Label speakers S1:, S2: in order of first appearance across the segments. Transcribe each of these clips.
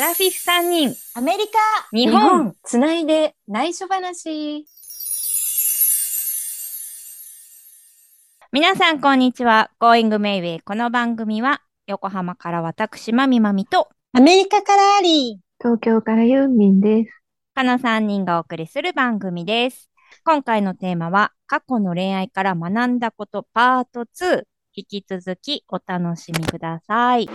S1: ラフィフ3人、
S2: アメリカ、
S1: 日本。
S3: つないで内緒話。
S1: 皆さんこんにちは。Going Mayway。この番組は横浜から私まみまみと
S2: アメリカからアリー。
S3: 東京からユーミンです。
S1: かの3人がお送りする番組です。今回のテーマは過去の恋愛から学んだことパート2。引き続きお楽しみください。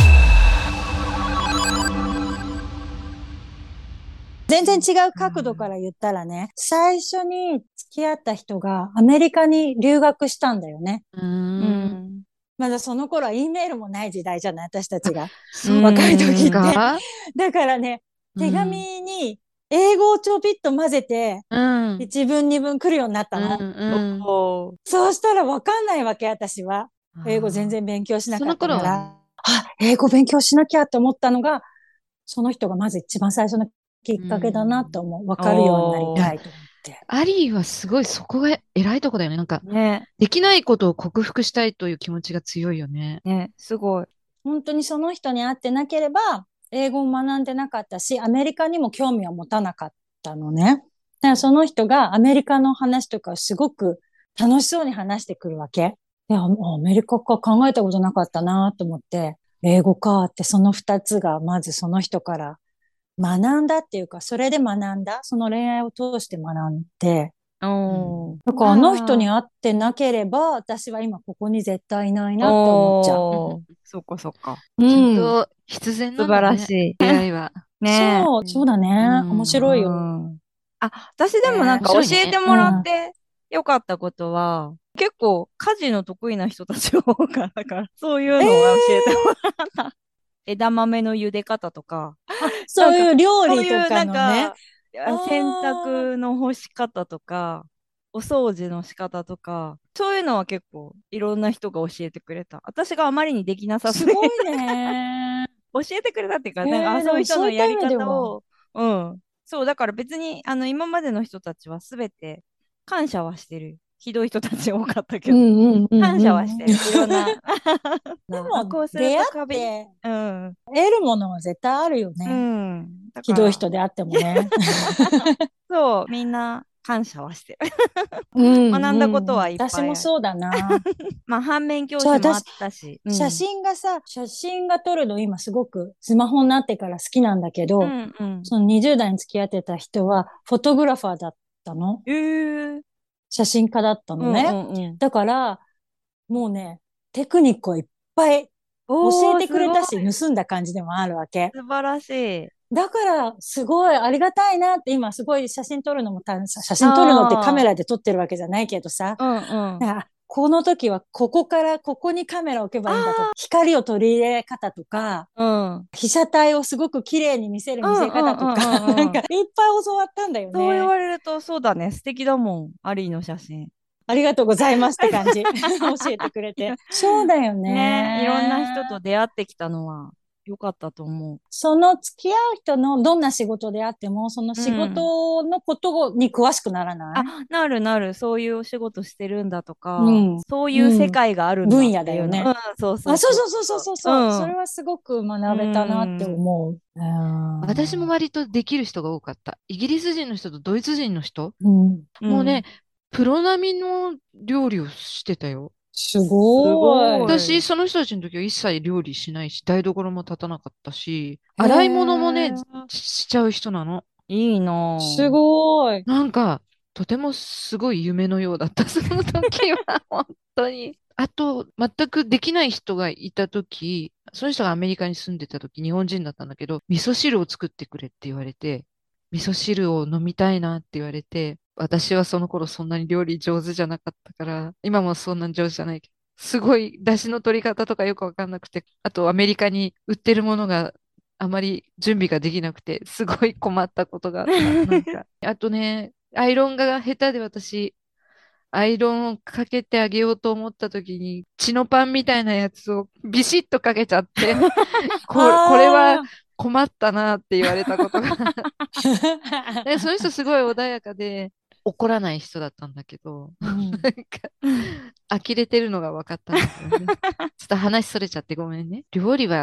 S2: 全然違う角度から言ったらね、最初に付き合った人がアメリカに留学したんだよね。まだその頃は E メールもない時代じゃない、私たちが。若い時って。だからね、手紙に英語をちょびっと混ぜて、1文2文来るようになったの。そうしたらわかんないわけ、私は。英語全然勉強しなかったから。英語勉強しなきゃって思ったのが、その人がまず一番最初のきっかけだなと思う。わかるようになりたいと思って。
S4: アリーはすごいそこが偉いとこだよね。なんか、
S1: ね、
S4: できないことを克服したいという気持ちが強いよね。
S1: ね、すごい。
S2: 本当にその人に会ってなければ、英語を学んでなかったし、アメリカにも興味を持たなかったのね。だからその人がアメリカの話とかをすごく楽しそうに話してくるわけ。いや、アメリカか考えたことなかったなと思って、英語かってその二つがまずその人から学んだっていうか、それで学んだ。その恋愛を通して学んで。だからあの人に会ってなければ、私は今ここに絶対いないなって思っちゃう。
S1: そっかそっか。
S4: ちゃんと必然なんだね。
S1: 素晴らしい。
S4: 出会いは。
S1: ね、
S2: そうだね。面白いよ。
S1: 私でもなんか教えてもらってよかったことは、結構家事の得意な人たちが多かったから、そういうのを教えてもらった。枝豆の茹で方とか。
S2: そういう料理とかのね。
S1: 洗濯の干し方とか、お掃除の仕方とか、そういうのは結構いろんな人が教えてくれた。私があまりにできなさすぎて。
S2: すごいね。
S1: 教えてくれたっていうか、なんかそういう人のやり方を、そう、だから別に、今までの人たちはすべて感謝はしてる。ひどい人たち多かったけど、感謝はしてる。いろんな。
S2: でも、こうすると出会って、得るものは絶対あるよね。ひどい人であってもね。
S1: そう、みんな感謝はしてる。学んだことはいっぱいある。
S2: 私もそうだな。
S1: まあ、反面教師もあったし。
S2: 写真が撮るの今すごくスマホになってから好きなんだけど、その20代に付き合ってた人はフォトグラファーだったの。写真家だったのね。だから、もうね、テクニックをいっぱい教えてくれたし、盗んだ感じでもあるわけ。
S1: 素晴らしい。
S2: だから、すごいありがたいなって今すごい写真撮るのも写真撮るのってカメラで撮ってるわけじゃないけどさ。この時はここからここにカメラを置けばいいんだと。光を取り入れ方とか、被写体をすごく綺麗に見せる見せ方とか、なんかいっぱい教わったんだよね。
S1: そう言われるとそうだね。素敵だもん。アリーの写真。
S2: ありがとうございますって感じ。教えてくれて。そうだよね。
S1: いろんな人と出会ってきたのはよかったと思う。
S2: その付き合う人のどんな仕事であっても、その仕事のことに詳しくならない？
S1: なる。そういうお仕事してるんだとか、そういう世界があるんだ
S2: 分野だよね。
S1: そう。
S2: それはすごく学べたなって思う。
S4: 私も割とできる人が多かった。イギリス人の人とドイツ人の人、もうね、プロ並みの料理をしてたよ。
S2: すごい。
S4: 私、その人たちの時は一切料理しないし、台所も立たなかったし、洗い物もね、しちゃう人なの。
S1: いいなぁ。
S2: すごい。
S4: なんか、とてもすごい夢のようだった、その時は、本当に。あと、全くできない人がいた時、その人がアメリカに住んでた時、日本人だったんだけど、味噌汁を作ってくれって言われて、味噌汁を飲みたいなって言われて、私はその頃そんなに料理上手じゃなかったから、今もそんなに上手じゃないけど、すごい出汁の取り方とかよくわかんなくて、あとアメリカに売ってるものがあまり準備ができなくて、すごい困ったことがあった。なんかあとね、アイロンが下手で私、アイロンをかけてあげようと思った時に、チノパンみたいなやつをビシッとかけちゃって、これは困ったなって言われたことがでその人すごい穏やかで怒らない人だったんだけど、なんか呆れてるのが分かったんですよね。ちょっと話それちゃってごめんね。料理は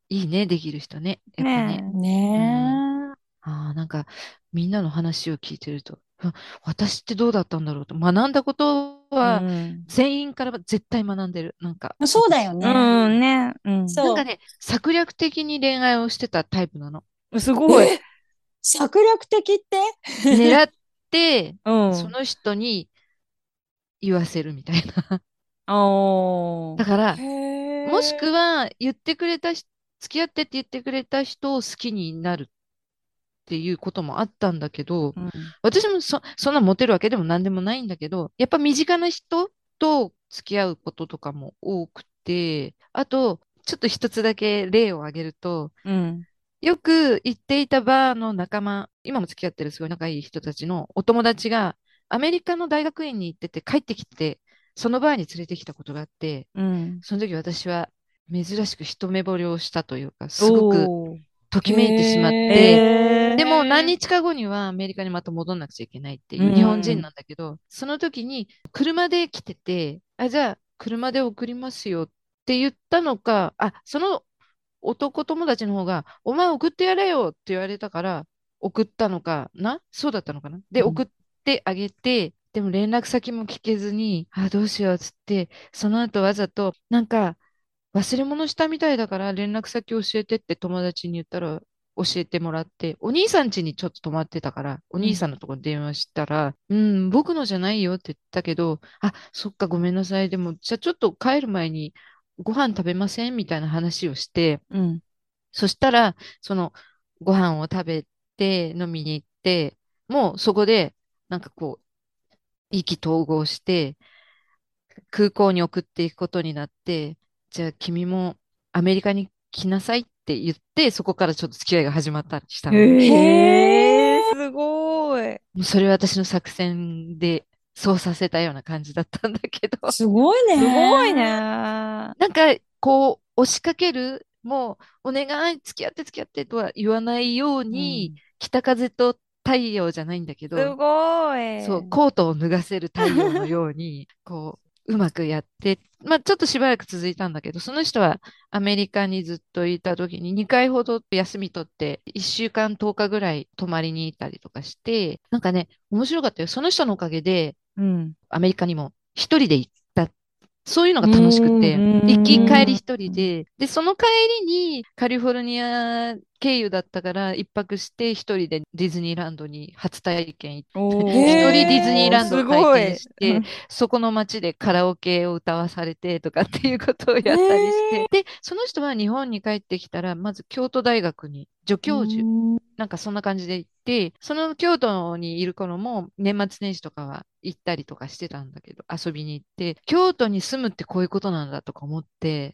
S4: いいね、できる人ね。やっぱね。
S1: ね
S2: ね
S4: なんか、みんなの話を聞いてると、私ってどうだったんだろうと、学んだこと
S1: え。う
S4: は、
S1: ん。
S4: 全員から絶対学んでる。なんか、
S2: え。そうだよ
S4: 私。
S1: う
S2: ね。
S1: んね。うん。
S2: そ
S4: なんかね、策略的に恋愛をしてたタイプなの。
S2: う。
S1: すごい。
S2: 策略的って
S4: 狙って、
S1: うん。
S4: その人に言わせるみたいな。
S1: おー。
S4: だから、
S2: へ
S4: もしく
S2: え。
S4: は、付き合ってって言ってくれた人を好きになるっていうこともあったんだけど、
S1: うん。
S4: 私もそんなモテるわけでも何でもないんだけど、やっぱ身近な人と付き合うこととかも多くて、あと、ちょっと一つだけ例を挙げると、
S1: うん。
S4: よく行っていたバーの仲間、今も付き合ってるすごい仲いい人たちのお友達がアメリカの大学院に行ってて帰ってきて、そのバーに連れてきたことがあって、
S1: うん。
S4: その時私は珍しく一目惚れをしたというか、すごく
S1: おー。
S4: ときめいてしまっ
S2: へ
S4: て、
S1: え
S4: でも何
S1: ー。
S4: 日か後にはアメリカにまた戻んなくちゃいけないって
S1: う
S4: いう日本人
S1: ん。
S4: なんだけど、その時に車で来てて、じゃあ車で送りますよって言ったのか、その男友達の方が、お前送ってやれよって言われたから、送ったのかな、そうだったのかな、で、
S2: うん。
S4: 送ってあげて、でも連絡先も聞けずに、どうしようっつって、その後わざと、なんか、忘れ物したみたいだから連絡先教えてって友達に言ったら教えてもらって、お兄さん家にちょっと泊まってたから、お兄
S2: うん。
S4: さんのところに電話したら、うん、僕のじゃないよって言ったけど、そっかごめんなさい。でも、じゃあちょっと帰る前にご飯食べませんみたいな話をして、
S1: うん。
S4: そしたら、そのご飯を食べて飲みに行って、もうそこで、なんかこう、意気投合して、空港に送っていくことになって、じゃあ君もアメリカに来なさいって言って、そこからちょっと付き合いが始まったりしたのね。
S1: へえ、
S2: へえ。
S1: すごい。
S4: もうそれは私の作戦でそうさせたような感じだったんだけど、
S2: すごい
S1: すごいね。
S2: ね。
S4: なんかこう押しかける、もうお願い付き合って付き合ってとは言わないように、
S2: うん。
S4: 北風と太陽じゃないんだけ
S1: す
S4: ど、
S1: ご
S4: そう、
S1: い。
S4: コートを脱がせる太陽のように、こう、うまくやって、まあちょっとしばらく続いたんだけど、その人はアメリカにずっといた時に2回ほど休み取って、1週間10日ぐらい泊まりに行ったりとかして、なんかね、面白かったよ。その人のおかげで、
S1: うん。
S4: アメリカにも一人で行った。そういうの
S2: う
S4: が楽しく
S2: ん。
S1: う
S4: て、行き帰り
S1: ん。
S4: 一人で、で、その帰りにカリフォルニア経由だったから一泊して一人でディズニーランドに初体験行って、一人ディズニー
S1: おー、す
S4: ランドを体
S1: ごい。
S4: 験して、そこの街でカラオケを歌わされてとかっていうことを
S2: へ
S4: やったりして、
S2: え。
S4: で、その人は日本に帰ってきたら、まず京都大学に助
S2: う
S4: 教授、
S2: ん。
S4: なんかそんな感じで行って、その京都にいる頃も年末年始とかは行ったりとかしてたんだけど、遊びに行って、京都に住むってこういうことなんだとか思って、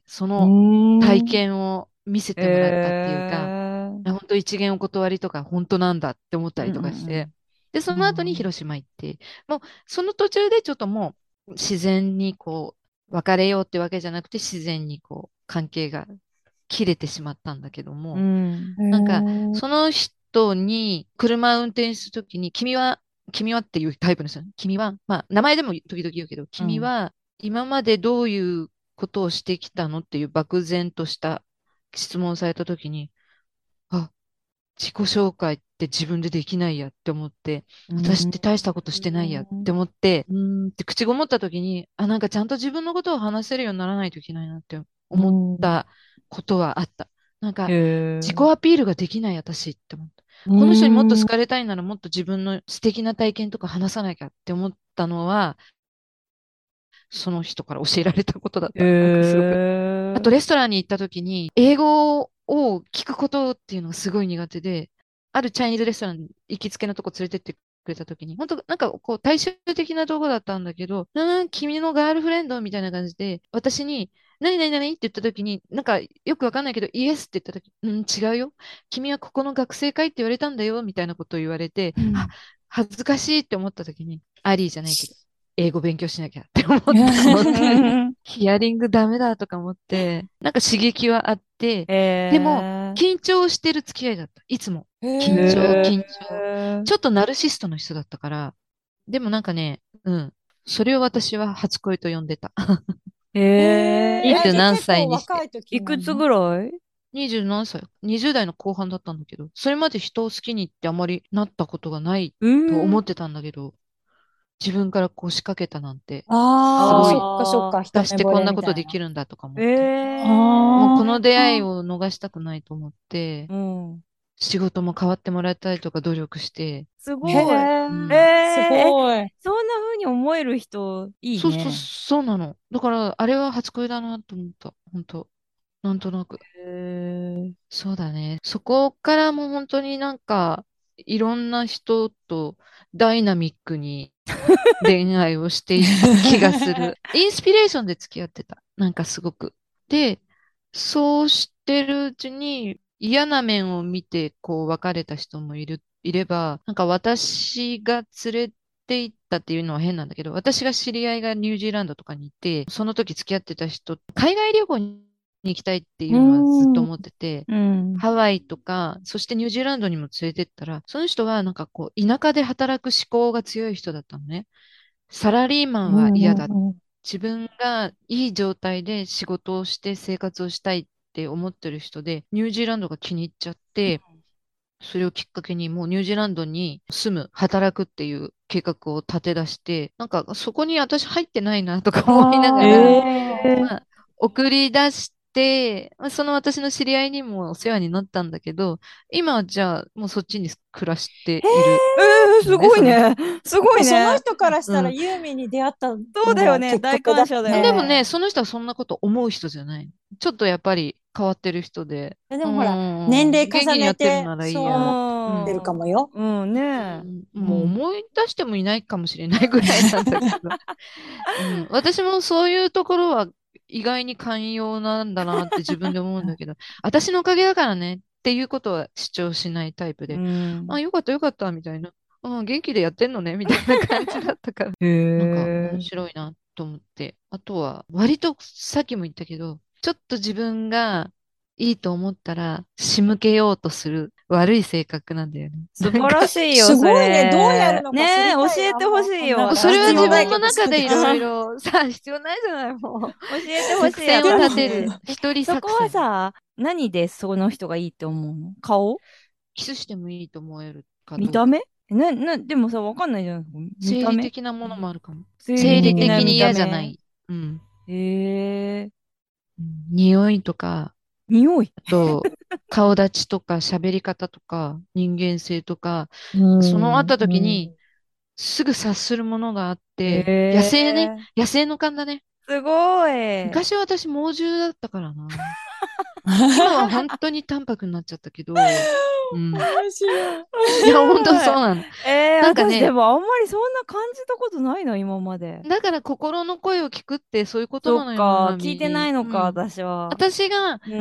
S4: そ
S2: う
S4: の体
S2: ん。
S4: 験を見せてもらったっていうか、
S1: え
S4: 本当一元お断りとか本当なんだって思った
S1: うんう
S4: りとかして、
S1: ん
S4: で、その後に広島行って、もうその途中でちょっともう自然にこう、別れようってわけじゃなくて自然にこう、関係が切れてしまったんだけど
S1: う
S4: も、
S1: ん。
S2: へ
S4: なんか、
S2: え。
S4: その人に車を運転するときに、君はっていうタイプの人ね。君は、まあ、名前でも時々言うけど、
S1: うん。
S4: 君は今までどういうことをしてきたのっていう漠然とした質問をされたときに、あ、自己紹介って自分でできないやって思って、
S1: う
S4: 私って大した
S1: ん。
S4: ことしてないやって思って、って口ごもったときに、なんかちゃんと自分のことを話せるようにならないといけないなって
S2: う
S4: 思っ
S2: ん。
S4: たことはあった。なん
S1: へ
S4: か、自己
S1: え。
S4: アピールができない私って思った。
S2: う
S4: この人にもっと好
S2: ん。
S4: かれたいならもっと自分の素敵な体験とか話さなきゃって思ったのは、その人から教えられたことだっ
S1: へ
S4: た。なんかすごく。あと、
S1: え。
S4: レストランに行った時に、英語を聞くことっていうのがすごい苦手で、あるチャイニーズレストランに行きつけのとこ連れてってくれた時に、本当なんかこう、大衆的なとこだったんだけど、君のガールフレンドみたいな感じで、私に、何々何って言った時に、なんかよくわかんないけど、イエスって言った時、違うよ。君はここの学生会って言われたんだよ、みたいなことを言われて、
S2: うん。
S4: 恥ずかしいって思った時に、アリーじゃないけど、英語勉強しなきゃって思ったのね。ヒアリングダメだとか思って、なんか刺激はあって、
S1: へ
S4: でも、
S1: え。
S4: 緊張してる付き合いだった。いつも。
S2: へ
S4: 緊張、
S1: へ
S2: え。
S4: 緊張。ちょっとナルシストの人だったから、でもなんかね、それを私は初恋と呼んでた。
S1: え。
S2: へ
S1: え。
S2: え。
S1: え、
S2: じゃあ
S4: 二十何
S2: 結構
S4: 歳にして。
S2: 若い時
S1: いくつ
S2: なの？
S1: ぐらい？
S4: 20何歳 ?20 代の後半だったんだけど、それまで人を好きにってあまりなったことがないと思ってたんだけど、自分からこう仕掛けたなんて、す
S2: ああ、
S4: ごい、
S2: そっかそっか、一目惚
S4: 出してこんなことでき
S2: れみたいな。
S4: るんだとか思って。もうこの
S2: あ
S4: 出会い
S2: あ、
S4: を逃したくないと思って、
S1: うん。
S4: 仕事も変わってもらいたいとか努力して、
S1: す
S2: へ
S1: ごい。
S2: え、
S4: うん。
S2: すごい。
S1: そんな風に思える人、いい
S4: そうそう、
S1: ね。
S4: そうなの。だから、あれは初恋だなと思った。本当なんとなく。
S1: へえ。
S4: そうだね。そこからも本当になんか、いろんな人とダイナミックに恋愛をしていった気がする。インスピレーションで付き合ってた。なんかすごく。で、そうしてるうちに嫌な面を見てこう別れた人もいれば、なんか私が連れて行ったっていうのは変なんだけど、私が知り合いがニュージーランドとかにいて、その時付き合ってた人、海外旅行に行きたいって
S2: う
S4: いうのはずっと
S2: ん。
S4: 思ってて、
S1: うん。
S4: ハワイとか、そしてニュージーランドにも連れてったら、その人はなんかこう、田舎で働く思考が強い人だったのね。サラリーマンは
S2: うん
S4: 嫌だ。
S2: うんうん。
S4: 自分がいい状態で仕事をして生活をしたいって思ってる人で、ニュージーランドが気に入っちゃって、それをきっかけにもうニュージーランドに住む、働くっていう計画を立て出して、なんかそこに私入ってないなとか思いながら、
S1: ええ。
S2: ああ、
S4: まあ、送り出して、まあその私の知り合いにもお世話になったんだけど、今はじゃあもうそっちに暮らしている
S1: す
S4: のね、その人。
S1: ごいね。すごい
S2: その
S1: ね。
S2: 人からしたら
S4: うん。
S2: ユーミンに出会った
S1: そうだよね。
S2: のはきっか
S1: 大
S2: けだ
S1: 感謝だよ
S4: でもね、
S2: ね。
S1: ね。
S4: その人はそんなこと思う人じゃない。ちょっとやっぱり変わってる人で、
S2: でもほら、年齢
S4: 元気にやってる
S2: 重ねて
S4: ならいい
S1: う
S2: そう思っ
S4: や。う
S2: て
S4: ん。
S2: るかもよ。
S1: ん。うんね。
S4: もう思い出してもいないかもしれないぐらいなんだけど。うん。私もそういうところは意外に寛容なんだなって自分で思うんだけど、私のおかげだからねっていうことは主張しないタイプ
S1: う
S4: で、あ、
S1: ん。
S4: よかったよかったみたいな。うん、元気でやってんのねみたいな感じだったから。
S1: へ
S4: なんか面
S1: え。
S4: 白いなと思って。あとは、割とさっきも言ったけど、ちょっと自分がいいと思ったら仕向けようとする悪い性格なんだよね。
S1: 素晴
S4: なんか、
S1: らしいよ、
S2: す
S1: そ
S2: ごいね。どうやる
S1: れ。
S2: のか知
S1: ねえ、教
S2: りたいわ。
S1: えてほし
S2: もう、
S1: いよ、
S2: なんか
S4: それは
S2: 必
S4: 自分の
S2: 要ないけど、
S4: 中でいろい
S2: そうです。
S4: ろさ、必要ないじゃない、もう。
S1: 教えてほしい、
S4: 作戦を
S2: でも、
S4: 立
S1: 私。
S4: てる。一人
S1: そこ
S4: 作戦。
S1: はさ、何でその人がいいって思うの？顔？
S4: キスしてもいいと思えるか
S1: 見た目？
S4: どうか。
S1: でもさ、わかんないじゃないですか。見
S4: 生理
S1: た目？
S4: 的なものもあるかも。
S1: 生理
S4: 生理
S1: 的な見
S4: 的に
S1: た目。
S4: 嫌じゃない。うん。
S1: へえ。
S4: 匂いとか、
S1: 匂い。
S4: あと、顔立ちとか喋り方とか人間性とか、
S2: うん、
S4: そのあった時に
S2: うん。
S4: すぐ察するものがあって、野
S1: へ
S4: 生ね、
S1: え。
S4: 野生の勘だね。
S1: すごい。
S4: 昔は私猛獣だったからな。今は本当に淡白になっちゃったけど、うん。
S2: 面白い。
S1: 面
S4: いや、本当そう
S1: 白い。
S4: なの。なんかね、
S1: 私でもあんまりそんな感じたことないな、今まで。
S4: だから心の声を聞くってそういうこと
S1: そ
S4: なのよ、マ
S1: っか、聞いてな
S4: ミ。
S1: いのか、
S4: うん。
S1: 私は。
S4: 私が
S1: うん。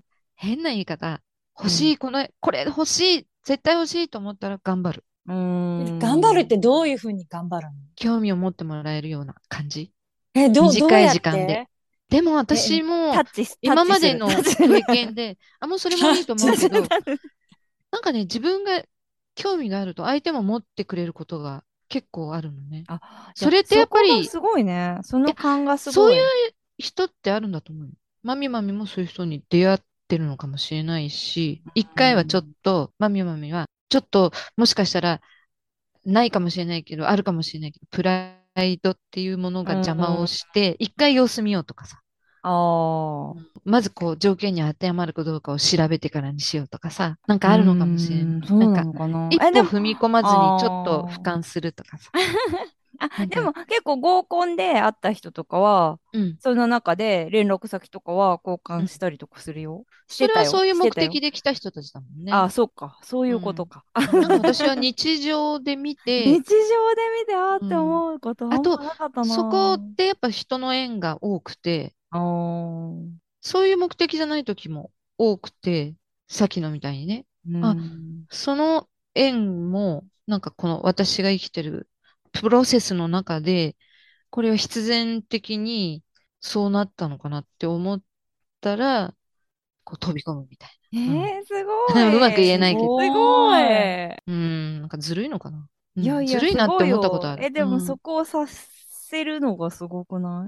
S4: 変な言い方、
S1: うん。
S4: 欲しい、これ欲しい、絶対欲しいと思ったら頑張る。
S1: うー
S2: 頑張るって
S1: ん。
S2: どういうふうに頑張るの？
S4: 興味を持ってもらえるような感じ。
S2: どう
S4: 短い
S2: やっ
S4: 時間で。
S2: て？
S4: でも
S2: え、
S4: 私も
S1: タッ
S4: 今まで
S1: チする。タッ
S4: の
S1: チする。
S4: 経験で、あ、もうそれ
S2: タッ
S4: もいいと思
S2: チする。
S4: うけど、
S1: タッチする。
S4: なんかね、自分が興味があると相手も持ってくれることが結構あるのね。
S1: あ、じゃあ、
S4: それってや
S1: そ
S4: っぱり、い
S1: こがすごいね。その
S4: や、
S1: 感がす
S4: そうい
S1: ごい。
S4: う人ってあるんだと思うよ。マミマミもそういう人に出会ってるのかもしれないし、一
S1: う
S4: 回はちょっ
S1: ん。
S4: と、マミマミは、ちょっと、もしかしたら、ないかもしれないけど、あるかもしれないけど、プライドっていうもの
S1: う
S4: が邪魔を
S1: ん。
S4: して、一回様子見ようとかさ。
S1: ああ。
S4: まずこう条件に当てはまるかどうかを調べてからにしようとかさ、なん
S1: うー
S4: かあるのかもしれない。
S1: ん、そうな
S4: なんか
S1: のかな。
S4: 一
S1: でも、
S4: 歩踏み込まずにちょっと俯
S1: あ
S4: 瞰するとかさ。
S1: で
S4: なんか、
S1: も結構合コンで会った人とかは、
S4: うん、
S1: その中で連絡先とかは交
S4: うん。
S1: 換したりとかするよ。してたよ。
S4: それはそういう
S1: してたよ。
S4: 目的で来た人たちだもんね。
S1: ああ、そうか。そういうこと
S4: うん。
S1: か。
S4: なんか私は日常で見て、
S1: 日常で見てあーって
S4: うん。
S1: 思うことあ
S4: あと、
S1: んまなかった
S4: そこ
S1: な。
S4: ってやっぱ人の縁が多くて、
S1: あー。
S4: そういう目的じゃない時も多くて、さっきのみたいにね。
S1: う
S4: あ、
S1: ん。
S4: その縁も、なんかこの私が生きてるプロセスの中で、これは必然的にそうなったのかなって思ったら、こう飛び込むみたいな。うん。
S1: すご
S4: うまく言え
S2: す
S4: ないけど。
S1: すご
S2: ごい。
S1: い。
S4: うん、なんかずるいのかな。うん、
S1: いやいや、す
S4: ずるいなって
S1: ごいよ。
S4: 思ったことある。う
S1: でもそ
S4: ん。
S1: こを察せるのがすごくない？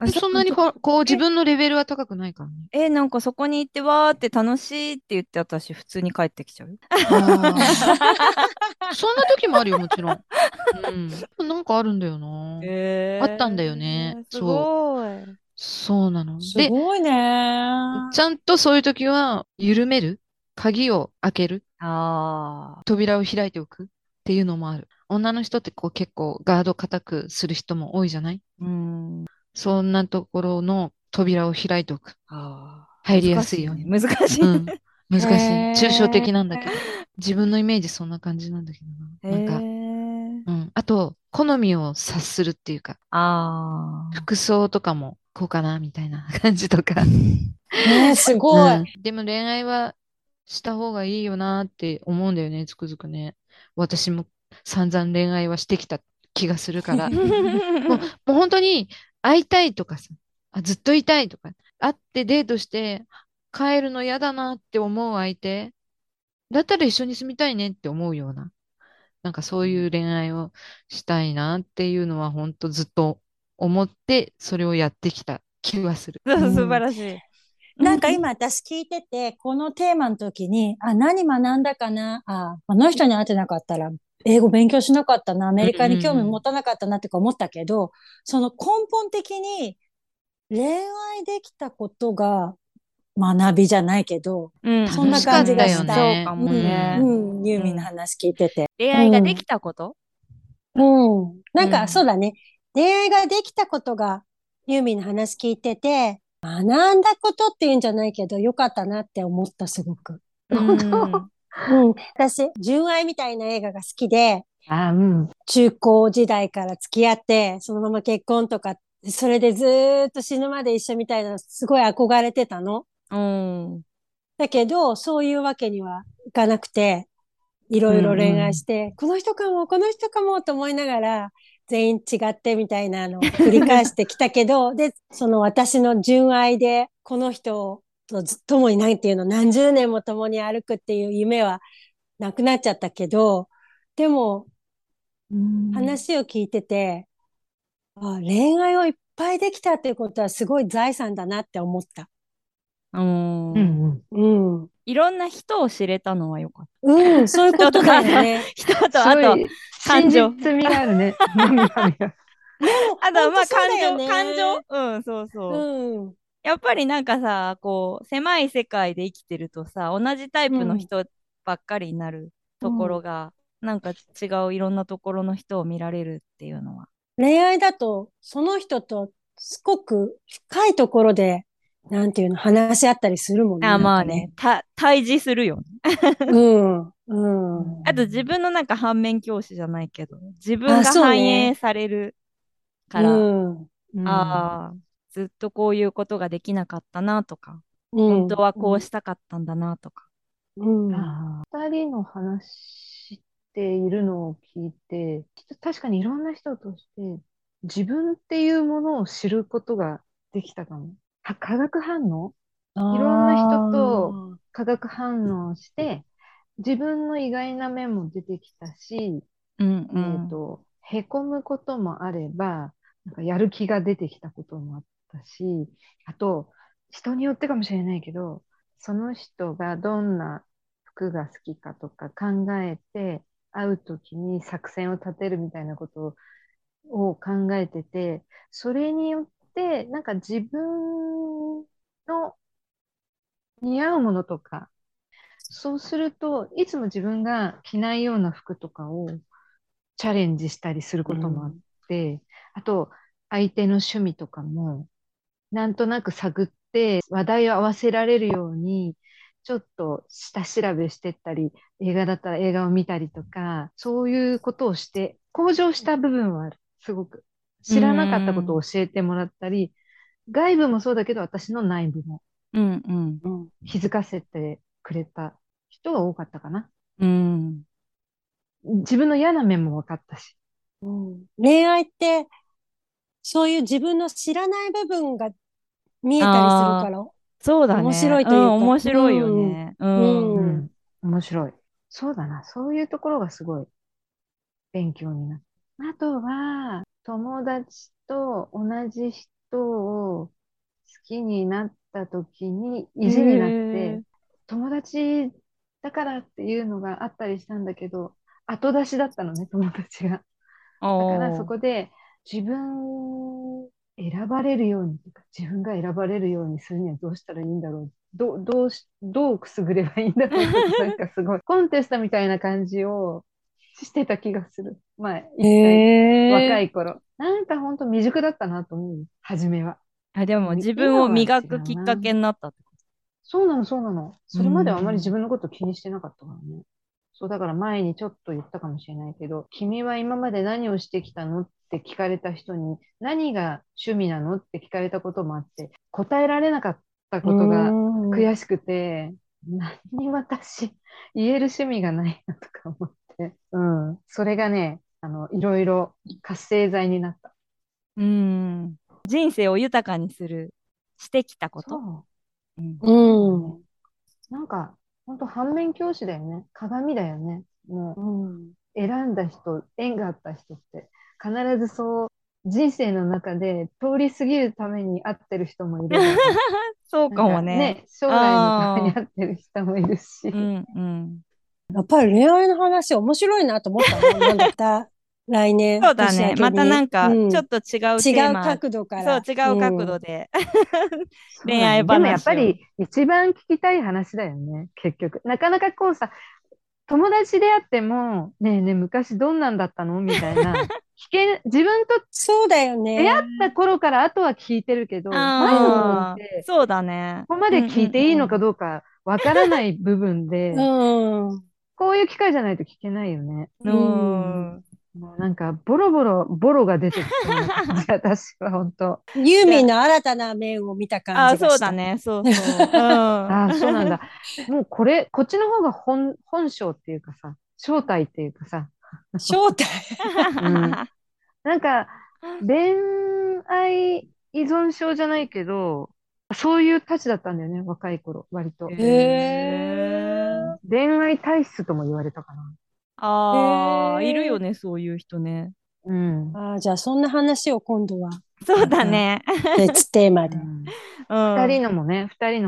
S4: そんなにこう自分のレベルは高くないからね。
S1: なんかそこに行ってわーって楽しいって言って私普通に帰ってきちゃう。
S4: そんな時もあるよ、もちろん。うん。なんかあるんだよな。あったんだよね。
S1: す
S4: そう。
S1: ごい。
S4: そうなの。
S2: す
S4: で、
S2: ごいね。
S4: ちゃんとそういう時は、緩める、鍵を開ける、
S1: あ
S4: 扉を開いておくっていうのもある。女の人ってこう結構ガード固くする人も多いじゃない？
S1: あ、うん。
S4: そんなところの扉を開いておく。
S1: ああ、
S4: 入りや
S1: 難しいね。
S4: すいように。
S1: 難しい。
S4: うん。難
S2: へ
S4: しい。抽象的なんだけ
S2: え。
S4: ど。自分のイメージそんな感じなんだけどな。
S1: へ
S4: なんか、
S1: え。
S4: あと、好みを察するっていうか、
S1: あ
S4: 服装とかもこうかなみたいな感じとか。
S2: すごい。
S4: でも恋愛はした方がいいよなって思うんだよね、つくづくね。私も散々恋愛はしてきた気がするから。もう、もう本当に会いたいとかさ、ずっといたいとか、会ってデートして帰るの嫌だなって思う相手、だったら一緒に住みたいねって思うような、なんかそういう恋愛をしたいなっていうのは本当ずっと思って、それをやってきた気がする。
S1: 素晴
S2: うん。
S1: らしい。
S2: なんか今私聞いてて、このテーマの時に、何学んだかな、あの人に会ってなかったら、英語勉強しなかったな、アメリカに興味持たなかったなってか思ったけど、その根本的に恋愛できたことが学びじゃないけど、
S1: うん、
S2: そん
S4: 楽
S2: な感じ
S4: しかった
S2: がした。
S1: そう
S4: よね。
S1: かも
S2: うん、
S1: ね。
S2: うん、ユー
S1: うん。
S2: ミンの話聞いてて。
S1: 恋愛がで
S2: うん、
S1: きたこと。
S2: うん。なんかそう
S1: うん。
S2: だね。恋愛ができたことが、ユーミンの話聞いてて、学んだことっていうんじゃないけど、よかったなって思った、すごく。
S1: う
S3: 本当？
S1: ん。
S2: うん。私、純愛みたいな映画が好きで、
S3: うん。
S2: 中高時代から付き合って、そのまま結婚とか、それでずーっと死ぬまで一緒みたいな、すごい憧れてたの。
S1: うん。
S2: だけど、そういうわけにはいかなくて、いろいろ恋愛して、この人かも、この人かもと思いながら、全員違ってみたいなのを繰り返してきたけど、で、その私の純愛で、この人とずっともいないっていうの、何十年も共に歩くっていう夢はなくなっちゃったけど、でも、
S3: うん。
S2: 話を聞いてて、恋愛をいっぱいできたっていうことはすごい財産だなって思った。
S1: うん。
S3: うん。
S2: うん。
S1: いろんな人を知れたのはよかっ
S2: うん、そういう
S1: た。
S2: ことだ
S1: 人とか、
S2: よね。
S1: 人と、あと、
S3: すごい、真
S1: 感情。
S3: 実味があるね。のみがみが。
S2: でも、
S1: あと、
S2: ほん
S1: まあ、
S2: とそうだよ
S1: 感情。
S2: ね。
S1: うん、そうそう。
S2: うん。
S1: やっぱりなんかさ、こう、狭い世界で生きてるとさ、同じタイ
S2: うん。
S1: プの人ばっかりになるところ
S2: うん。
S1: が、なんか違ういろんなところの人を見られるっていうのは。
S2: 恋愛だと、その人とすごく深いところで、なんていうの、話し合ったりするもんね、なんかね。
S1: まあね、対峙するよね。
S2: うん。
S3: う
S2: うん。
S1: あと自
S3: ん。
S1: 分のなんか反面教師じゃないけど、自分が
S2: そう
S1: 反映
S2: ね。
S1: されるか
S2: う
S1: ら、
S2: ん。
S3: うん。
S1: ああ、ずっとこういうことができなかったなとか、
S2: うん。
S1: 本当はこう
S2: うん。
S1: したかったんだなとか。
S2: うん。
S3: 二人の話しているのを聞いて、確かにいろんな人として自分っていうものを知ることができたかも。化学反応、
S2: あ
S3: いろんな人と
S2: あ。
S3: 化学反応をして、自分の意外な面も出てきたし、
S1: うんうん。
S3: へこむこともあれば、なんかやる気が出てきたこともあったし、あと、人によってかもしれないけど、その人がどんな服が好きかとか考えて、会うときに作戦を立てるみたいなことを考えてて、それによって、なんか自分の似合うものとか、そうするといつも自分が着ないような服とかをチャレンジしたりすることもあっ
S2: うん。
S3: て、あと、相手の趣味とかも、なんとなく探って、話題を合わせられるように、ちょっと下調べしてったり、映画だったら映画を見たりとか、そういうことをして、向上した部分はある。すごく。
S1: う
S3: 知らなかったこと
S1: ん。
S3: を教えてもらったり、外部もそうだけど、私の内部も
S1: うんうん。
S2: うん。
S3: 気づかせてくれた人が多かったかな。
S1: うん。
S3: 自分の嫌な面も分かったし。
S2: うん。恋愛って、そういう自分の知らない部分が見えたりする
S1: ああ、
S2: から
S1: そうだ
S2: 面白
S1: ね。うん、
S2: いというか、
S1: 面白いよ
S2: うん、
S1: ね。うん。
S2: うん、
S3: うん。面白い。そうだな。そういうところがすごい勉強になった。あとは、友達と同じ人を好きになった時に意地になって、友達だからっていうのがあったりしたんだけど、後出しだったのね、友達が。だからそこで自分選ばれるようにとか、自分が選ばれるようにするにはどうしたらいいんだろう。どうくすぐればいいんだろうとか、なんかすごいコンテストみたいな感じをしてた気がする。まあ、一回若い頃。なんかほんと未熟だったなと思う。初めは。
S1: でも自分を磨くきっかけになったってこと。
S3: そうなの、そうなの。それまではあまり自分のこと気にしてなかったからね。そう、だから前にちょっと言ったかもしれないけど、君は今まで何をしてきたのって聞かれた人に、何が趣味なのって聞かれたこともあって、答えられなかったことが悔しくて、何に私、言える趣味がないなとか思って、それがね、いろいろ活性剤になった。
S1: 人生を豊かにしてきたこと。
S3: なんか、本当反面教師だよね。鏡だよね。もう、選んだ人、縁があった人って、必ずそう、人生の中で通り過ぎるために会ってる人もいれば、
S1: そうかもね。
S3: 将来のために会ってる人もいるし。
S2: やっぱり恋愛の話面白いなと思ったの。なんだった。来年。
S1: そうだね。またなんか、ちょっと違うテーマ。
S2: 違う角度から。
S1: そう、違う角度で。恋愛話を。
S3: でもやっぱり一番聞きたい話だよね、結局。なかなかこうさ、友達であっても、ねえねえ、昔どんなんだったのみたいな。自分と
S2: そうだよね。
S3: 出会った頃からあとは聞いてるけど、前の頃って、
S1: そうだね。
S3: ここまで聞いていいのかどうかわからない部分で、こういう機会じゃないと聞けないよね。もうなんか、ボロが出てきそうな感じ、私は本当。
S2: ユーミンの新たな面を見た感じがした。
S1: そうだね、そうそう。
S3: そうなんだ。もうこっちの方が本性っていうかさ、正体っていうかさ。
S2: 正体
S3: なんか、恋愛依存症じゃないけど、そういうたちだったんだよね、若い頃、割と。恋愛体質とも言われたかな。
S1: いるよね、そういう人ね。
S2: じゃあそんな話を今度は。
S1: そうだね。
S2: 別テーマで。
S3: 二人のもね。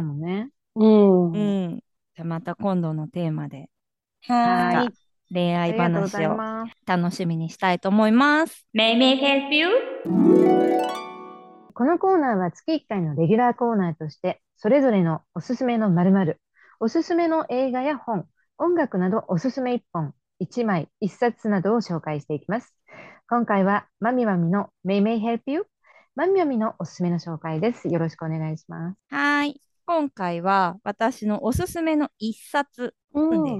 S1: じゃあまた今度のテーマで。
S2: はい。
S1: 恋愛話を楽しみにしたいと思います。May I help you?
S3: このコーナーは月1回のレギュラーコーナーとして、それぞれのおすすめの〇〇、おすすめの映画や本、音楽などおすすめ1本、1枚、1冊などを紹介していきます。今回はまみまみの May I help you? まみまみのおすすめの紹介です。よろしくお願いします。
S1: はい。今回は私のおすすめの1冊です。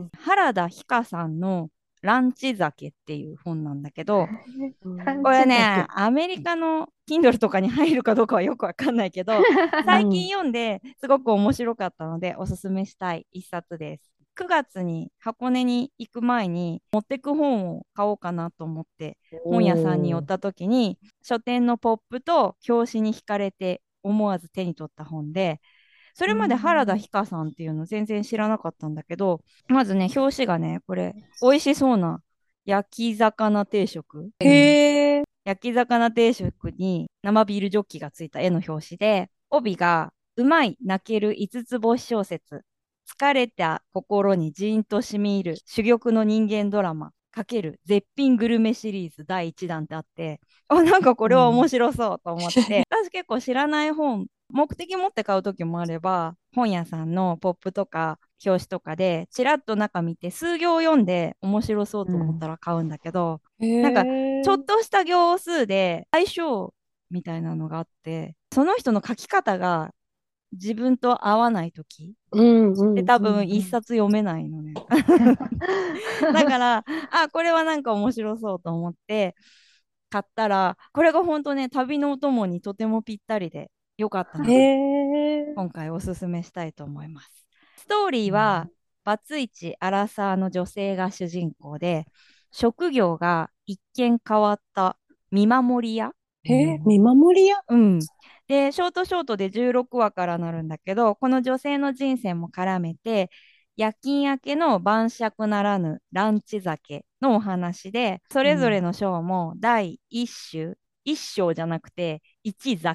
S1: 原田ひかさんのランチ酒っていう本なんだけど、これね、アメリカの Kindle とかに入るかどうかはよくわかんないけど、最近読んですごく面白かったのでおすすめしたい1冊です。9月に箱根に行く前に持ってく本を買おうかなと思って本屋さんに寄った時に書店のポップと表紙に惹かれて思わず手に取った本で、それまで原田ひかさんっていうの全然知らなかったんだけど、まずね、表紙がね、これ、美味しそうな焼き魚定食。焼き魚定食に生ビールジョッキがついた絵の表紙で、帯が、うまい泣ける5つ星小説。疲れた心にじーんとしみ入る珠玉の人間ドラマ。かける絶品グルメシリーズ第1弾ってあって、なんかこれは面白そうと思って、私結構知らない本、目的持って買う時もあれば、本屋さんのポップとか表紙とかでちらっと中見て数行読んで面白そうと思ったら買うんだけど、なんかちょっとした行数で相性みたいなのがあって、その人の書き方が自分と合わない時で多分一冊読めないのね。だからこれはなんか面白そうと思って買ったら、これが本当ね、旅のお供にとてもぴったりでよかったので、今回おすすめしたいと思います。ストーリーはバツイチアラサーの女性が主人公で、職業が一見変わった見守り屋。
S2: 見守り屋？
S1: で、ショートで16話からなるんだけど、この女性の人生も絡めて、夜勤明けの晩酌ならぬランチ酒のお話で、それぞれの章も第1章じゃなくて1酒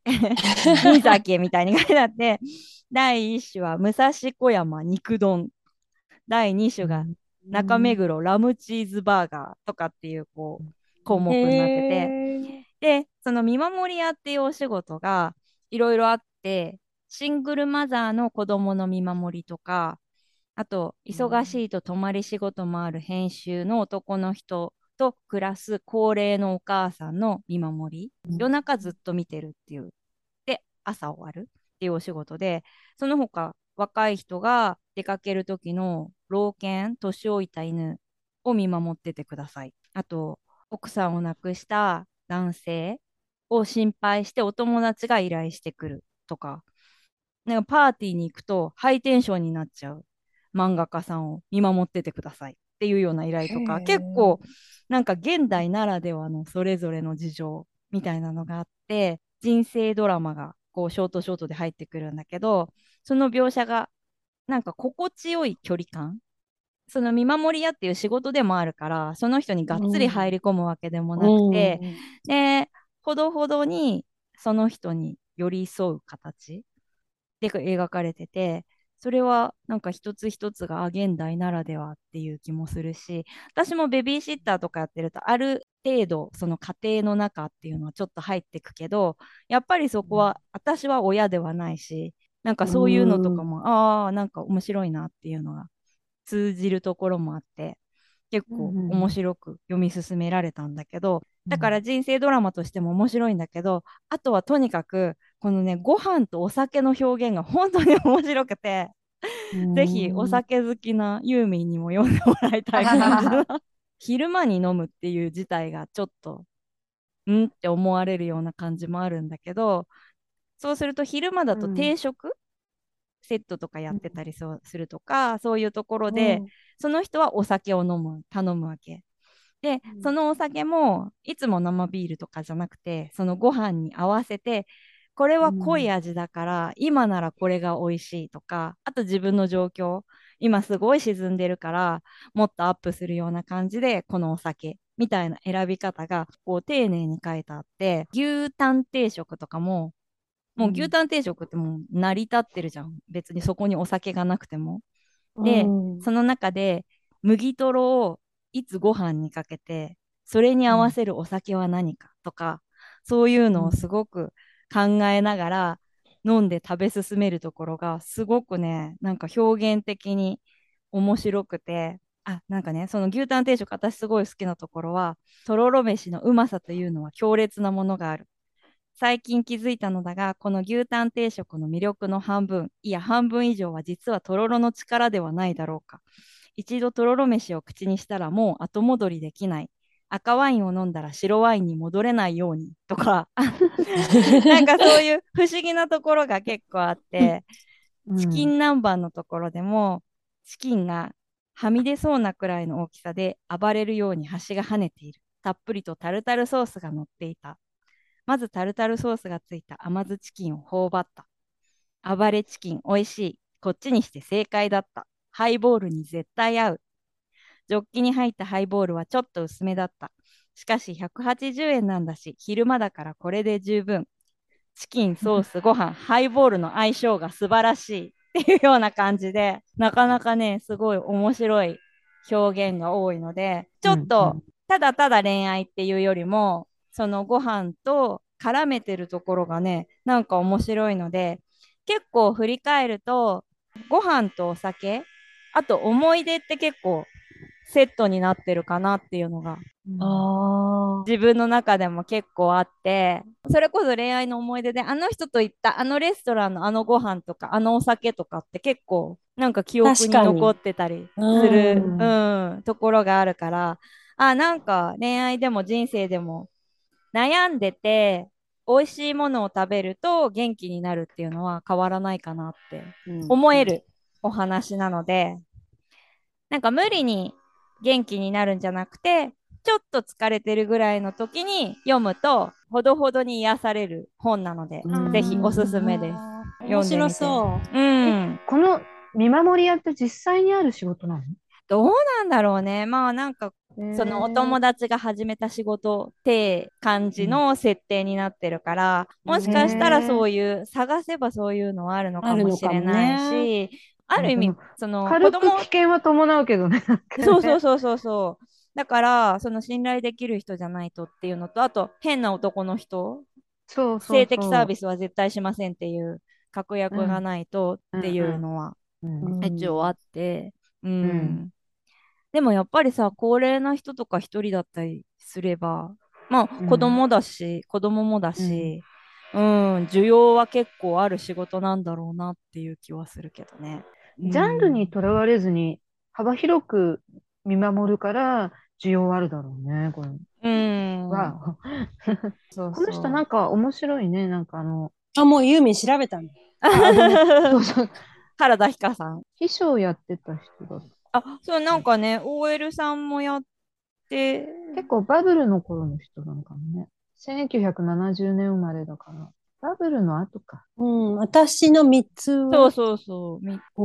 S1: 新崎みたいに書いてあって、第1種は武蔵小山肉丼、第2種が中目黒ラムチーズバーガーとかっていうこう項目になってて、で、その見守り屋っていうお仕事がいろいろあって、シングルマザーの子供の見守りとか、あと、忙しいと泊まり仕事もある編集の男の人と暮らす高齢のお母さんの見守り、夜中ずっと見てるっていう。で、朝終わるっていうお仕事で、その他、若い人が出かける時の老犬、年老いた犬を見守っててください。あと、奥さんを亡くした男性を心配してお友達が依頼してくるとか、なんかパーティーに行くとハイテンションになっちゃう漫画家さんを見守っててくださいっていうような依頼とか、結構なんか現代ならではのそれぞれの事情みたいなのがあって、人生ドラマがこうショートショートで入ってくるんだけど、その描写がなんか心地よい距離感、その見守り屋っていう仕事でもあるから、その人にがっつり入り込むわけでもなくて、で、ほどほどにその人に寄り添う形で描かれてて、それはなんか一つ一つが現代ならではっていう気もするし、私もベビーシッターとかやってるとある程度その家庭の中っていうのはちょっと入ってくけど、やっぱりそこは私は親ではないし、なんかそういうのとかも、ああ、なんか面白いなっていうのが通じるところもあって、結構面白く読み進められたんだけど、だから人生ドラマとしても面白いんだけど、あとはとにかくこのね、ご飯とお酒の表現が本当に面白くて、ぜひお酒好きなユーミンにも読んでもらいたい感じの昼間に飲むっていう自体がちょっとって思われるような感じもあるんだけど、そうすると昼間だと定食、セットとかやってたりそうするとか、そういうところで、その人はお酒を頼むわけ。で、そのお酒もいつも生ビールとかじゃなくて、そのご飯に合わせて、これは濃い味だから、今ならこれが美味しいとか、あと自分の状況、今すごい沈んでるから、もっとアップするような感じで、このお酒みたいな選び方が、こう丁寧に書いてあって、牛タン定食とかも、もう牛タン定食ってもう成り立ってるじゃん。別にそこにお酒がなくても。で、その中で麦とろをいつご飯にかけて、それに合わせるお酒は何かとか、そういうのをすごく考えながら飲んで食べ進めるところがすごくね、なんか表現的に面白くて、あ、なんかね、その牛タン定食、私すごい好きなところは、とろろ飯のうまさというのは強烈なものがある。最近気づいたのだが、この牛タン定食の魅力の半分、いや半分以上は実はとろろの力ではないだろうか。一度とろろ飯を口にしたらもう後戻りできない。赤ワインを飲んだら白ワインに戻れないようにとか、なんかそういう不思議なところが結構あって、チキン南蛮のところでも、チキンがはみ出そうなくらいの大きさで暴れるように端が跳ねている。たっぷりとタルタルソースが乗っていた。まずタルタルソースがついた甘酢チキンを頬張った。暴れチキンおいしい。こっちにして正解だった。ハイボールに絶対合う。ジョッキに入ったハイボールはちょっと薄めだった。しかし180円なんだし、昼間だからこれで十分。チキン、ソース、ご飯、ハイボールの相性が素晴らしいっていうような感じで、なかなかね、すごい面白い表現が多いので、ちょっとただただ恋愛っていうよりも、そのご飯と絡めてるところがね、なんか面白いので、結構振り返ると、ご飯とお酒、あと思い出って結構セットになってるかなっていうのが自分の中でも結構あって、それこそ恋愛の思い出であの人と行ったあのレストランのあのご飯とかあのお酒とかって結構なんか記憶に残ってたりする、ところがあるから、あ、なんか恋愛でも人生でも悩んでて美味しいものを食べると元気になるっていうのは変わらないかなって思えるお話なので、なんか無理に元気になるんじゃなくて、ちょっと疲れてるぐらいの時に読むとほどほどに癒される本なので、ぜひおすすめです。
S2: 面白そう。
S3: この見守り屋って実際にある仕事なの？
S1: どうなんだろうね。まあなんかそのお友達が始めた仕事って感じの設定になってるから、もしかしたらそういう探せばそういうのはあるのかもしれないし、ある意味その子
S3: 軽く危
S1: 供、
S3: 険は伴うけどね。
S1: そうそうそうそうそう。だからその信頼できる人じゃないとっていうのと、あと変な男の人、
S3: そうそう
S1: 性的サー
S3: そ
S1: ビスは絶対しませんっていう確
S3: う。う
S1: 約が
S3: ん。
S1: ないと
S3: う
S1: っていう
S3: ん。
S1: のは
S3: うん。
S1: 一応あって、う
S3: うん。
S1: ん。でもやっぱりさ、高齢な人とか一人だったりすれば、まあ子
S3: うん。
S1: 供だし、子供もだ
S3: うん。
S1: し、うん、需要は結構ある仕事なんだろうなっていう気はするけどね。う
S3: ジャンルに
S1: ん。
S3: とらわれずに幅広く見守るから需要あるだろうね、これ
S1: うん。
S3: は。
S1: そう
S3: この人
S1: そう。
S3: なんか面白いね。
S2: あ、もうユーミン調べたんだ。
S3: ごめん。そうそう。
S1: 原田ひかさん。
S3: 秘書をやってた人だっ
S1: あ、そう、
S3: た。
S1: なんかね、OL さんもやって、
S3: 結構バブルの頃の人なのかもね。1970年生まれだから。バブルの後か。
S2: うん、私の3つは
S1: そうそうそう、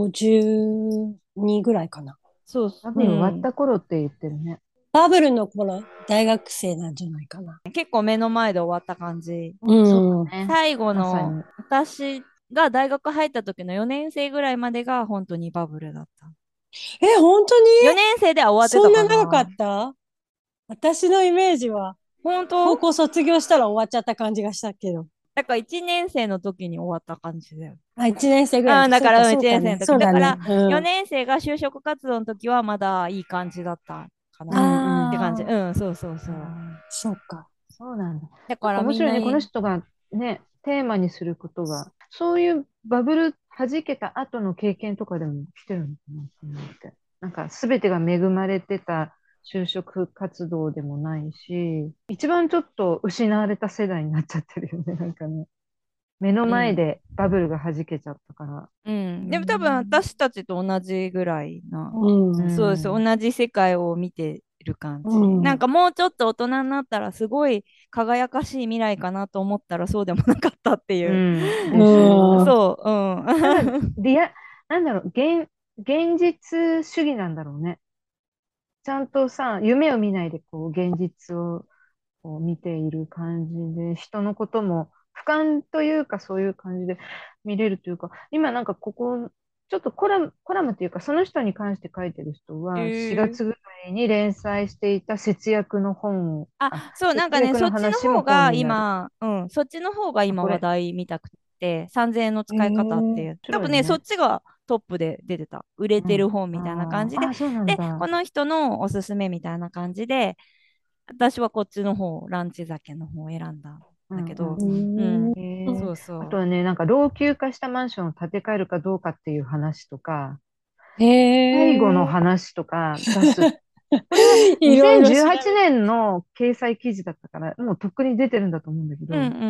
S2: 52ぐらいかな。
S1: そうそ
S3: バ
S1: う、う
S3: ブル終わった
S1: ん。
S3: 頃って言ってるね。
S2: バブルの頃、大学生なんじゃないかな。
S1: 結構目の前で終わった感じ。
S3: そう
S2: うん。
S3: だね。
S1: 最後の
S3: まさに。
S1: 私が大学入った時の4年生ぐらいまでが本当にバブルだった。
S2: 本当に
S1: 4年生では終わって
S2: そ
S1: た
S2: んな長か
S1: かな。
S2: った私のイメージは、
S1: 本当
S2: 高校卒業したら終わっちゃった感じがしたけど。
S1: だから1年生の時に終わった感じだよ。
S2: あ、1年生ぐらいの
S1: うん、
S2: 時。そうか、
S1: だから1
S2: そうかね。
S1: 年生の時。
S2: そうだね。
S1: だから
S2: うん。
S1: 4年生が就職活動の時はまだいい感じだったか
S3: う
S1: なっ
S3: んうん。
S1: て感じ。
S2: ああ、
S1: うん、そうそうそう。
S2: そうか。
S3: そうなんだ。なん
S1: だから
S3: か面白いね。この
S1: みんな、
S3: 人がね、テーマにすることが、そういうバブル弾けた後の経験とかでも来てるのかなと思って。なんか全てが恵まれてた就職活動でもないし、一番ちょっと失われた世代になっちゃってるよね。なんかね、目の
S1: うん。
S3: 前でバブルが弾けちゃったから。
S1: う
S3: う
S1: ん。でも多分
S3: ん。
S1: 私たちと同じぐらいな、
S3: う
S2: うん。
S1: そうです。
S3: ん。
S1: 同じ世界を見てる感
S2: う
S1: じ。なん
S2: ん。
S1: かもうちょっと大人になったらすごい輝かしい未来かなと思ったらそうでもなかったってい
S3: う
S1: う。
S3: ん。でし
S2: うん。
S3: ょ
S1: そう、う
S3: なんか、
S1: ん。
S3: なんだろう、現実主義なんだろうね。ちゃんとさ、夢を見ないでこう、現実をこう見ている感じで、人のことも俯瞰というかそういう感じで見れるというか、今なんかここ、ちょっとコラムというか、その人に関して書いてる人
S1: へ
S3: は、4
S1: ー
S3: 月ぐらいに連載していた節約の本を、
S1: あ、そう、なんかね、
S3: 節約の
S1: そっちの
S3: 話も
S1: 方が
S3: 本になる。
S1: 今、うん、そっちの方が
S3: あ、
S1: 今話
S3: これ、
S1: 題見たくて、3000円の
S2: え
S1: 使い方ってい
S2: ー、
S1: う。多分ね、そっ
S3: 面白いね。
S1: ちがトップで出てた。売れてる
S3: うん。
S1: 本みたいな感じで。
S3: そうなん
S1: で、こ
S3: だ。
S1: の人のおすすめみたいな感じで、私はこっちの方、ランチ酒の方を選んだん
S3: うんう
S1: だけど、う
S2: うん。
S1: ん、
S3: ん。
S1: そうそう。
S3: あとはね、なんか老朽化したマンションを建て替えるかどうかっていう話とか、
S2: へ
S3: 介護の
S2: え。
S3: 話とか出す。これは
S2: いろいろ調
S3: 2018
S2: べて。
S3: 年の掲載記事だったから、もうとっくに出てるんだと思うんだけど、
S1: うんうんうん。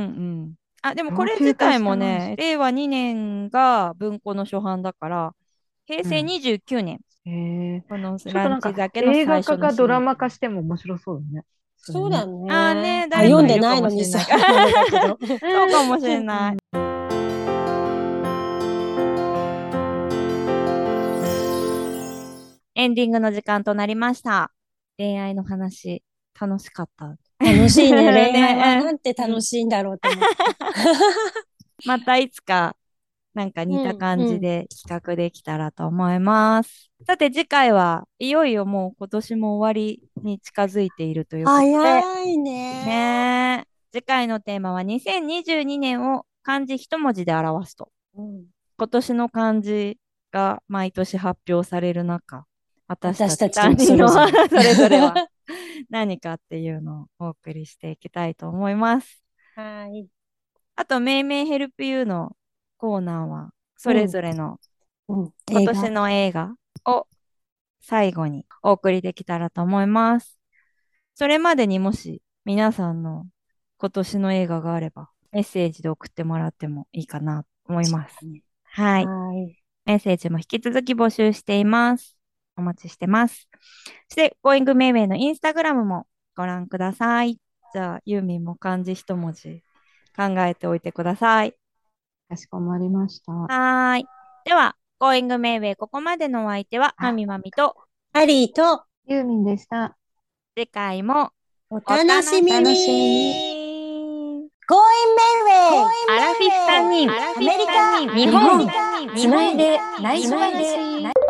S1: あ、でもこ
S3: 老
S1: れ自体
S3: 朽化したマンシ
S1: もね、令和2年が文庫の初版だから、平
S3: ョン。
S1: 成29年、
S3: うん。
S1: このランチ
S3: ちょっとなんか
S1: 酒の
S3: 映画
S1: 最初の
S3: 化かドラ
S1: シリーズ。
S3: マ化しても面白そうだね。それ
S2: そうだ
S3: ね。
S1: ああ
S2: ね。
S1: ね、
S2: あ、
S1: 誰
S2: 読んで
S1: かいるかも
S2: ないのにさ、
S1: しれないから。
S2: あれだけど。
S1: そうかもしれない。エンディングの時間となりました。恋愛の話、楽しかった。
S2: 楽しいね。恋愛は
S1: ね、
S2: なんて
S1: うん。
S2: 楽しいんだろうと思ってた。
S1: またいつかなんか似た
S2: うん、うん。
S1: 感じで企画できたらと思います。さて次回はいよいよもう今年も終わりに近づいているということで、
S2: 早いね。
S1: ねえ、次回のテーマは2022年を漢字一文字で表すと。
S2: うん、
S1: 今年の漢字が毎年発表される中、私たち
S2: 私たち
S1: 3
S2: のそ
S1: 人の
S2: れぞれ。
S1: それぞれは何かっていうのをお送りしていきたいと思います。
S2: はい。
S1: あと、めいめいヘルプユーのコーナーは、それ
S2: うん、
S1: ぞれの
S2: うん。
S1: 今
S2: 映画。
S1: 年の映画を最後にお送りできたらと思います。それまでにもし皆さんの今年の映画があれば、メッセージで送ってもらってもいいかなと思います。
S2: そうだね。
S1: はい。
S2: はい。
S1: メッセージも引き続き募集しています。お待ちしてます。そして、Going メイウェイのインスタグラムもご覧ください。じゃあ、ユーミンも漢字一文字考えておいてください。
S3: かしこまりました。
S1: はーい。では、Going メイウェイここまでのお相手は、ま
S3: あ、
S1: みまみと、
S2: ハリーと、
S3: ユーミンでした。
S1: 次回も
S2: お楽しみに。Going Merry!
S1: アラフィフ3人、
S2: アメリカ、
S1: 日本、
S2: つないで内緒話。